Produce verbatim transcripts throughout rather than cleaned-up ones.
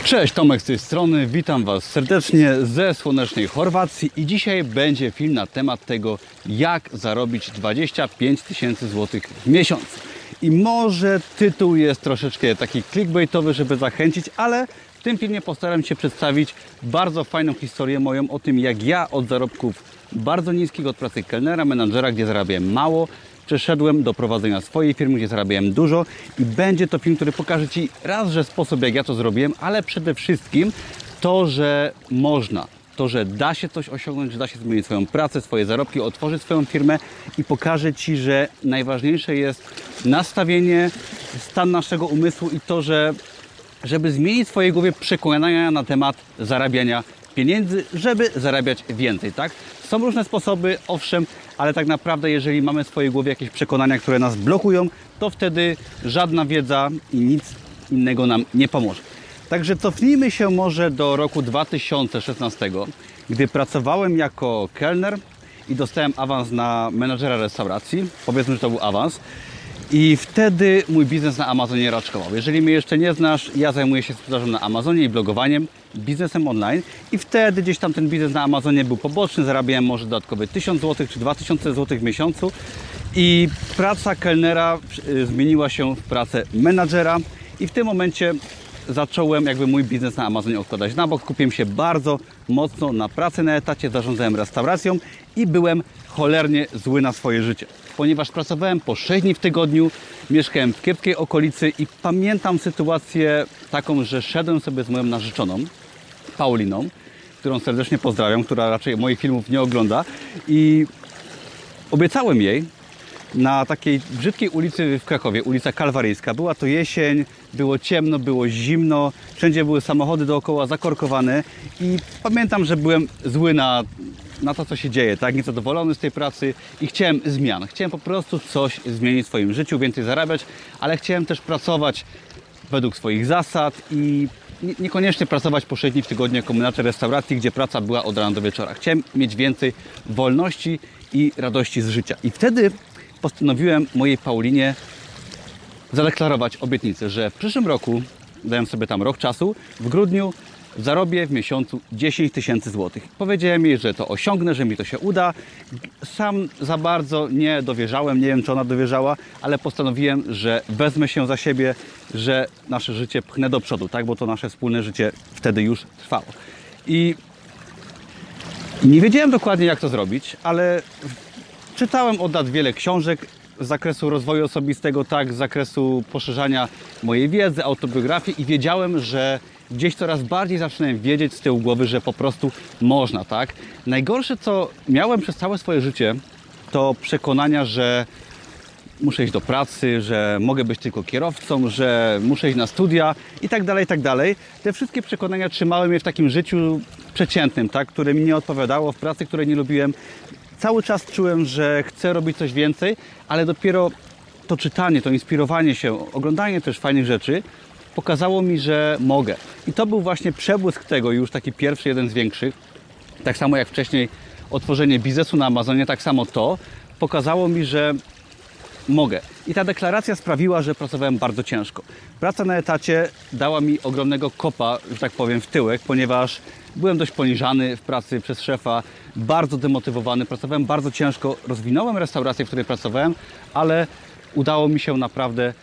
Cześć, Tomek z tej strony, witam Was serdecznie ze słonecznej Chorwacji i dzisiaj będzie film na temat tego, jak zarobić dwadzieścia pięć tysięcy złotych w miesiąc. I może tytuł jest troszeczkę taki clickbaitowy, żeby zachęcić, ale w tym filmie postaram się przedstawić bardzo fajną historię moją o tym, jak ja od zarobków bardzo niskich, od pracy kelnera, menadżera, gdzie zarabiałem mało, przeszedłem do prowadzenia swojej firmy, gdzie zarabiałem dużo i będzie to film, który pokaże Ci raz, że sposób, jak ja to zrobiłem, ale przede wszystkim to, że można, to, że da się coś osiągnąć, że da się zmienić swoją pracę, swoje zarobki, otworzyć swoją firmę i pokażę Ci, że najważniejsze jest nastawienie, stan naszego umysłu i to, że żeby zmienić w swojej głowie przekonania na temat zarabiania pieniędzy, żeby zarabiać więcej, tak? Są różne sposoby, owszem, ale tak naprawdę jeżeli mamy w swojej głowie jakieś przekonania, które nas blokują, to wtedy żadna wiedza i nic innego nam nie pomoże. Także cofnijmy się może do roku dwa tysiące szesnastego, gdy pracowałem jako kelner i dostałem awans na menadżera restauracji. Powiedzmy, że to był awans. I wtedy mój biznes na Amazonie raczkował. Jeżeli mnie jeszcze nie znasz, ja zajmuję się sprzedażą na Amazonie i blogowaniem, biznesem online. I wtedy gdzieś tam ten biznes na Amazonie był poboczny, zarabiałem może dodatkowe tysiąc złotych czy dwa tysiące złotych w miesiącu. I praca kelnera zmieniła się w pracę menadżera i w tym momencie zacząłem jakby mój biznes na Amazonie odkładać na bok. Kupiłem się bardzo mocno na pracę na etacie, zarządzałem restauracją i byłem cholernie zły na swoje życie. Ponieważ pracowałem po sześć dni w tygodniu, mieszkałem w kiepskiej okolicy i pamiętam sytuację taką, że szedłem sobie z moją narzeczoną, Pauliną, którą serdecznie pozdrawiam, która raczej moich filmów nie ogląda i obiecałem jej na takiej brzydkiej ulicy w Krakowie, ulica Kalwaryjska. Była to jesień, było ciemno, było zimno, wszędzie były samochody dookoła zakorkowane i pamiętam, że byłem zły na, na to, co się dzieje, tak? Niezadowolony z tej pracy i chciałem zmian. Chciałem po prostu coś zmienić w swoim życiu, więcej zarabiać, ale chciałem też pracować według swoich zasad i niekoniecznie pracować po sześć dni w tygodniu jako menadżer restauracji, gdzie praca była od rana do wieczora. Chciałem mieć więcej wolności i radości z życia. I wtedy postanowiłem mojej Paulinie zadeklarować obietnicę, że w przyszłym roku, dałem sobie tam rok czasu, w grudniu zarobię w miesiącu dziesięć tysięcy złotych. Powiedziałem jej, że to osiągnę, że mi to się uda. Sam za bardzo nie dowierzałem, nie wiem, czy ona dowierzała, ale postanowiłem, że wezmę się za siebie, że nasze życie pchnę do przodu, tak? Bo to nasze wspólne życie wtedy już trwało. I nie wiedziałem dokładnie, jak to zrobić, ale czytałem od lat wiele książek z zakresu rozwoju osobistego, tak, z zakresu poszerzania mojej wiedzy, autobiografii i wiedziałem, że gdzieś coraz bardziej zaczynałem wiedzieć z tyłu głowy, że po prostu można, tak. Najgorsze, co miałem przez całe swoje życie, to przekonania, że muszę iść do pracy, że mogę być tylko kierowcą, że muszę iść na studia i tak dalej, i tak dalej. Te wszystkie przekonania trzymały mnie w takim życiu przeciętnym, tak, które mi nie odpowiadało, w pracy, której nie lubiłem. Cały czas czułem, że chcę robić coś więcej, ale dopiero to czytanie, to inspirowanie się, oglądanie też fajnych rzeczy pokazało mi, że mogę. I to był właśnie przebłysk tego, już taki pierwszy, jeden z większych. Tak samo jak wcześniej otworzenie biznesu na Amazonie, tak samo to pokazało mi, że mogę. I ta deklaracja sprawiła, że pracowałem bardzo ciężko. Praca na etacie dała mi ogromnego kopa, że tak powiem, w tyłek, ponieważ byłem dość poniżany w pracy przez szefa, bardzo demotywowany, pracowałem bardzo ciężko, rozwinąłem restaurację, w której pracowałem, ale udało mi się naprawdę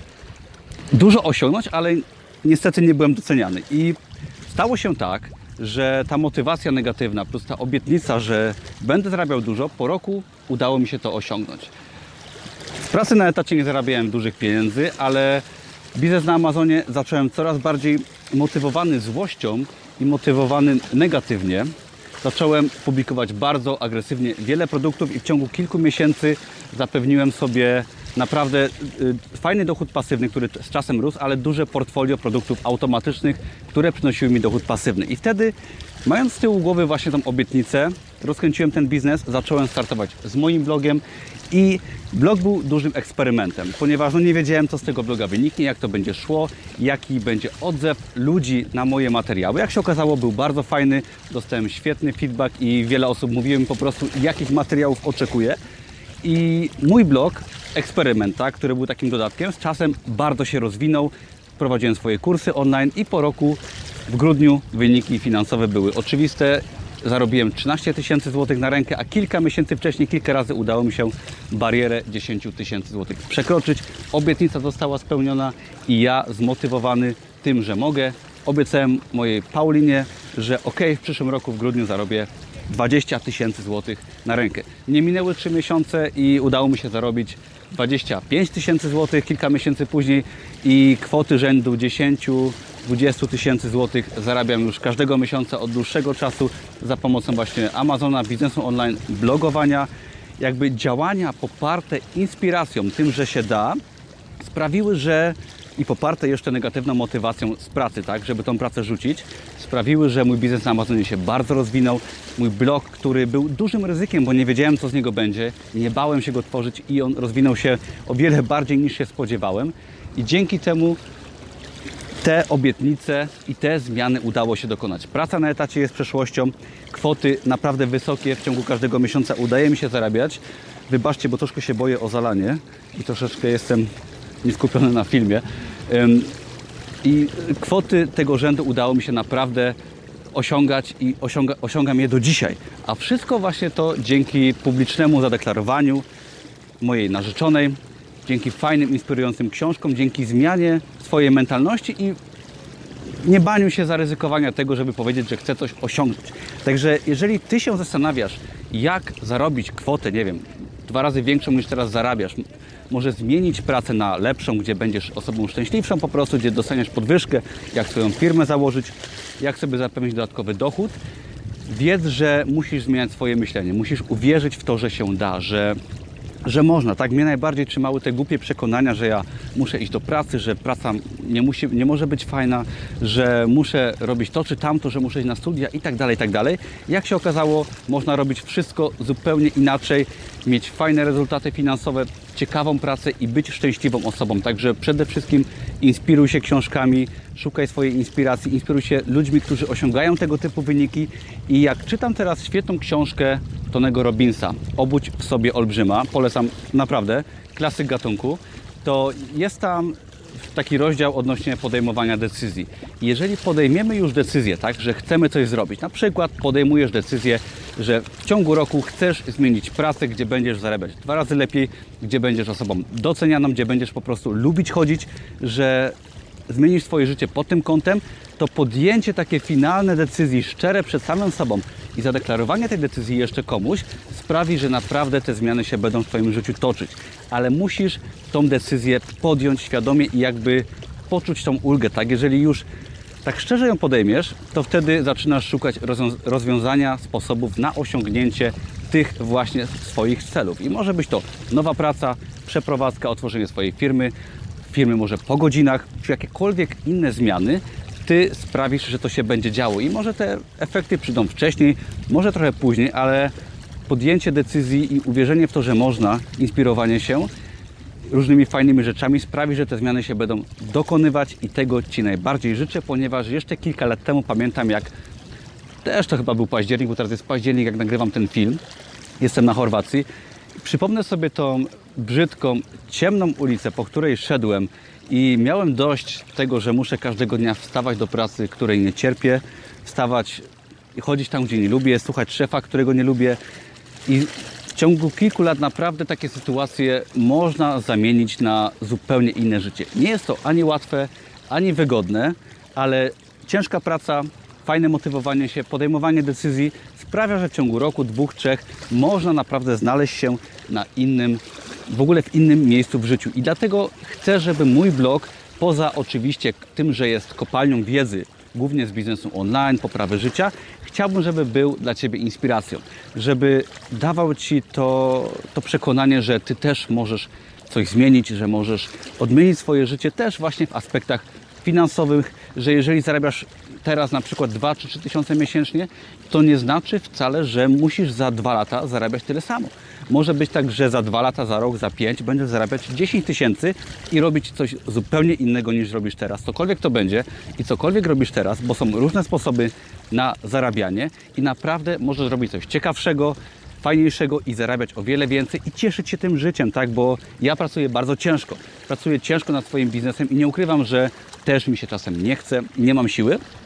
dużo osiągnąć, ale niestety nie byłem doceniany. I stało się tak, że ta motywacja negatywna plus ta obietnica, że będę zarabiał dużo, po roku udało mi się to osiągnąć. W pracy na etacie nie zarabiałem dużych pieniędzy, ale biznes na Amazonie zacząłem coraz bardziej motywowany złością i motywowany negatywnie. Zacząłem publikować bardzo agresywnie wiele produktów i w ciągu kilku miesięcy zapewniłem sobie naprawdę fajny dochód pasywny, który z czasem rósł, ale duże portfolio produktów automatycznych, które przynosiły mi dochód pasywny. I wtedy, mając z tyłu głowy właśnie tą obietnicę, rozkręciłem ten biznes, zacząłem startować z moim blogiem i blog był dużym eksperymentem, ponieważ no nie wiedziałem, co z tego bloga wyniknie, jak to będzie szło, jaki będzie odzew ludzi na moje materiały. Jak się okazało, był bardzo fajny, dostałem świetny feedback i wiele osób mówiło mi po prostu, jakich materiałów oczekuje. I mój blog, eksperyment, tak, który był takim dodatkiem, z czasem bardzo się rozwinął. Prowadziłem swoje kursy online i po roku W grudniu wyniki finansowe były oczywiste. Zarobiłem trzynaście tysięcy złotych na rękę, a kilka miesięcy wcześniej, kilka razy udało mi się barierę dziesięć tysięcy złotych przekroczyć. Obietnica została spełniona i ja zmotywowany tym, że mogę, obiecałem mojej Paulinie, że ok, w przyszłym roku w grudniu zarobię dwadzieścia tysięcy złotych na rękę. Nie minęły trzy miesiące i udało mi się zarobić dwadzieścia pięć tysięcy złotych kilka miesięcy później i kwoty rzędu dziesięć do dwudziestu tysięcy złotych zarabiam już każdego miesiąca od dłuższego czasu za pomocą właśnie Amazona, biznesu online, blogowania. Jakby działania poparte inspiracją, tym, że się da, sprawiły, że i poparte jeszcze negatywną motywacją z pracy, tak, żeby tą pracę rzucić, sprawiły, że mój biznes na Amazonie się bardzo rozwinął. Mój blog, który był dużym ryzykiem, bo nie wiedziałem, co z niego będzie, nie bałem się go tworzyć i on rozwinął się o wiele bardziej niż się spodziewałem. I dzięki temu te obietnice i te zmiany udało się dokonać. Praca na etacie jest przeszłością, kwoty naprawdę wysokie w ciągu każdego miesiąca udaje mi się zarabiać. Wybaczcie, bo troszkę się boję o zalanie i troszeczkę jestem nieskupiony na filmie. I kwoty tego rzędu udało mi się naprawdę osiągać i osiąga, osiągam je do dzisiaj. A wszystko właśnie to dzięki publicznemu zadeklarowaniu mojej narzeczonej, dzięki fajnym, inspirującym książkom, dzięki zmianie swojej mentalności i nie baniu się zaryzykowania tego, żeby powiedzieć, że chcę coś osiągnąć. Także jeżeli Ty się zastanawiasz, jak zarobić kwotę, nie wiem, dwa razy większą niż teraz zarabiasz, może zmienić pracę na lepszą, gdzie będziesz osobą szczęśliwszą po prostu, gdzie dostaniesz podwyżkę, jak swoją firmę założyć, jak sobie zapewnić dodatkowy dochód, wiedz, że musisz zmieniać swoje myślenie, musisz uwierzyć w to, że się da, że że można, tak? Mnie najbardziej trzymały te głupie przekonania, że ja muszę iść do pracy, że praca nie, musi, nie może być fajna, że muszę robić to czy tamto, że muszę iść na studia i tak dalej, i tak dalej. Jak się okazało, można robić wszystko zupełnie inaczej, mieć fajne rezultaty finansowe, ciekawą pracę i być szczęśliwą osobą. Także przede wszystkim inspiruj się książkami, szukaj swojej inspiracji, inspiruj się ludźmi, którzy osiągają tego typu wyniki i jak czytam teraz świetną książkę Tonego Robbinsa, Obudź w sobie olbrzyma, polecam naprawdę, klasyk gatunku, to jest tam taki rozdział odnośnie podejmowania decyzji. Jeżeli podejmiemy już decyzję, tak, że chcemy coś zrobić, na przykład podejmujesz decyzję, że w ciągu roku chcesz zmienić pracę, gdzie będziesz zarabiać dwa razy lepiej, gdzie będziesz osobą docenianą, gdzie będziesz po prostu lubić chodzić, że zmienisz swoje życie pod tym kątem, to podjęcie takiej finalnej decyzji szczere przed samym sobą i zadeklarowanie tej decyzji jeszcze komuś sprawi, że naprawdę te zmiany się będą w Twoim życiu toczyć. Ale musisz tą decyzję podjąć świadomie i jakby poczuć tą ulgę, tak? Jeżeli już tak szczerze ją podejmiesz, to wtedy zaczynasz szukać rozwiązania, sposobów na osiągnięcie tych właśnie swoich celów. I może być to nowa praca, przeprowadzka, otworzenie swojej firmy, firmy może po godzinach, czy jakiekolwiek inne zmiany, Ty sprawisz, że to się będzie działo. I może te efekty przyjdą wcześniej, może trochę później, ale podjęcie decyzji i uwierzenie w to, że można, inspirowanie się różnymi fajnymi rzeczami sprawi, że te zmiany się będą dokonywać i tego Ci najbardziej życzę, ponieważ jeszcze kilka lat temu pamiętam, jak też to chyba był październik, bo teraz jest październik, jak nagrywam ten film. Jestem na Chorwacji. Przypomnę sobie tą brzydką, ciemną ulicę, po której szedłem i miałem dość tego, że muszę każdego dnia wstawać do pracy, której nie cierpię, wstawać i chodzić tam, gdzie nie lubię, słuchać szefa, którego nie lubię. I w ciągu kilku lat naprawdę takie sytuacje można zamienić na zupełnie inne życie. Nie jest to ani łatwe, ani wygodne, ale ciężka praca, fajne motywowanie się, podejmowanie decyzji sprawia, że w ciągu roku, dwóch, trzech można naprawdę znaleźć się na innym, w ogóle w innym miejscu w życiu. I dlatego chcę, żeby mój blog, poza oczywiście tym, że jest kopalnią wiedzy, głównie z biznesu online, poprawy życia, chciałbym, żeby był dla Ciebie inspiracją, żeby dawał Ci to, to przekonanie, że Ty też możesz coś zmienić, że możesz odmienić swoje życie też właśnie w aspektach finansowych, że jeżeli zarabiasz teraz na przykład dwa czy trzy tysiące miesięcznie, to nie znaczy wcale, że musisz za dwa lata zarabiać tyle samo. Może być tak, że za dwa lata, za rok, za pięć będziesz zarabiać dziesięć tysięcy i robić coś zupełnie innego niż robisz teraz. Cokolwiek to będzie i cokolwiek robisz teraz, bo są różne sposoby na zarabianie i naprawdę możesz robić coś ciekawszego, fajniejszego i zarabiać o wiele więcej i cieszyć się tym życiem, tak? Bo ja pracuję bardzo ciężko. Pracuję ciężko nad swoim biznesem i nie ukrywam, że też mi się czasem nie chce i nie mam siły,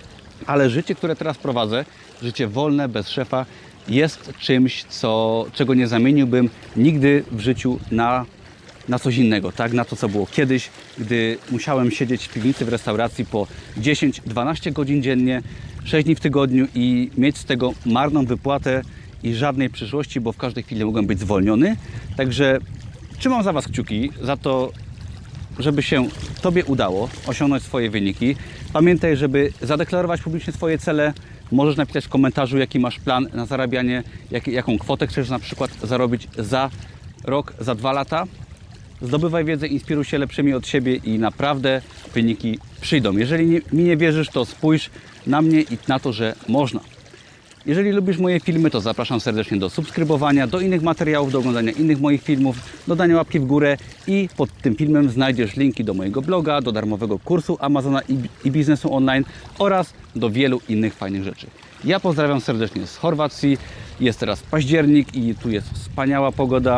ale życie, które teraz prowadzę, życie wolne, bez szefa, jest czymś, co, czego nie zamieniłbym nigdy w życiu na, na coś innego, tak? Na to, co było kiedyś, gdy musiałem siedzieć w piwnicy w restauracji po dziesięć dwanaście godzin dziennie, sześć dni w tygodniu i mieć z tego marną wypłatę i żadnej przyszłości, bo w każdej chwili mogłem być zwolniony. Także trzymam za Was kciuki, za to, żeby się Tobie udało osiągnąć swoje wyniki. Pamiętaj, żeby zadeklarować publicznie swoje cele. Możesz napisać w komentarzu, jaki masz plan na zarabianie, jak, jaką kwotę chcesz na przykład zarobić za rok, za dwa lata. Zdobywaj wiedzę, inspiruj się lepszymi od siebie i naprawdę wyniki przyjdą. Jeżeli nie, mi nie wierzysz, to spójrz na mnie i na to, że można. Jeżeli lubisz moje filmy, to zapraszam serdecznie do subskrybowania, do innych materiałów, do oglądania innych moich filmów, do dania łapki w górę i pod tym filmem znajdziesz linki do mojego bloga, do darmowego kursu Amazona i, i biznesu online oraz do wielu innych fajnych rzeczy. Ja pozdrawiam serdecznie z Chorwacji. Jest teraz październik i tu jest wspaniała pogoda.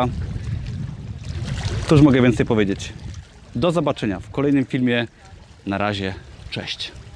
Cóż mogę więcej powiedzieć? Do zobaczenia w kolejnym filmie. Na razie, cześć.